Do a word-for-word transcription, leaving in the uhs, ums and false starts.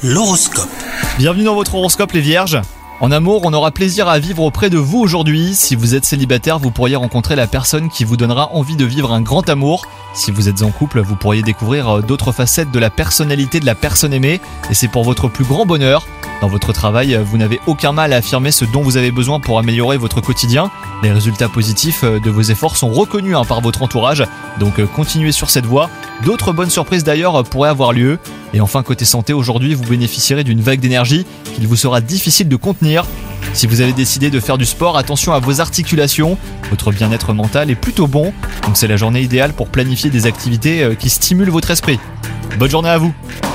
L'horoscope. Bienvenue dans votre horoscope les vierges. En amour, on aura plaisir à vivre auprès de vous aujourd'hui. Si vous êtes célibataire, vous pourriez rencontrer la personne qui vous donnera envie de vivre un grand amour. Si vous êtes en couple, vous pourriez découvrir d'autres facettes de la personnalité de la personne aimée et c'est pour votre plus grand bonheur. Dans votre travail, vous n'avez aucun mal à affirmer ce dont vous avez besoin pour améliorer votre quotidien. Les résultats positifs de vos efforts sont reconnus hein, par votre entourage, donc continuez sur cette voie. D'autres bonnes surprises d'ailleurs pourraient avoir lieu. Et enfin, côté santé, aujourd'hui, vous bénéficierez d'une vague d'énergie qu'il vous sera difficile de contenir. Si vous avez décidé de faire du sport, attention à vos articulations. Votre bien-être mental est plutôt bon, donc c'est la journée idéale pour planifier des activités qui stimulent votre esprit. Bonne journée à vous!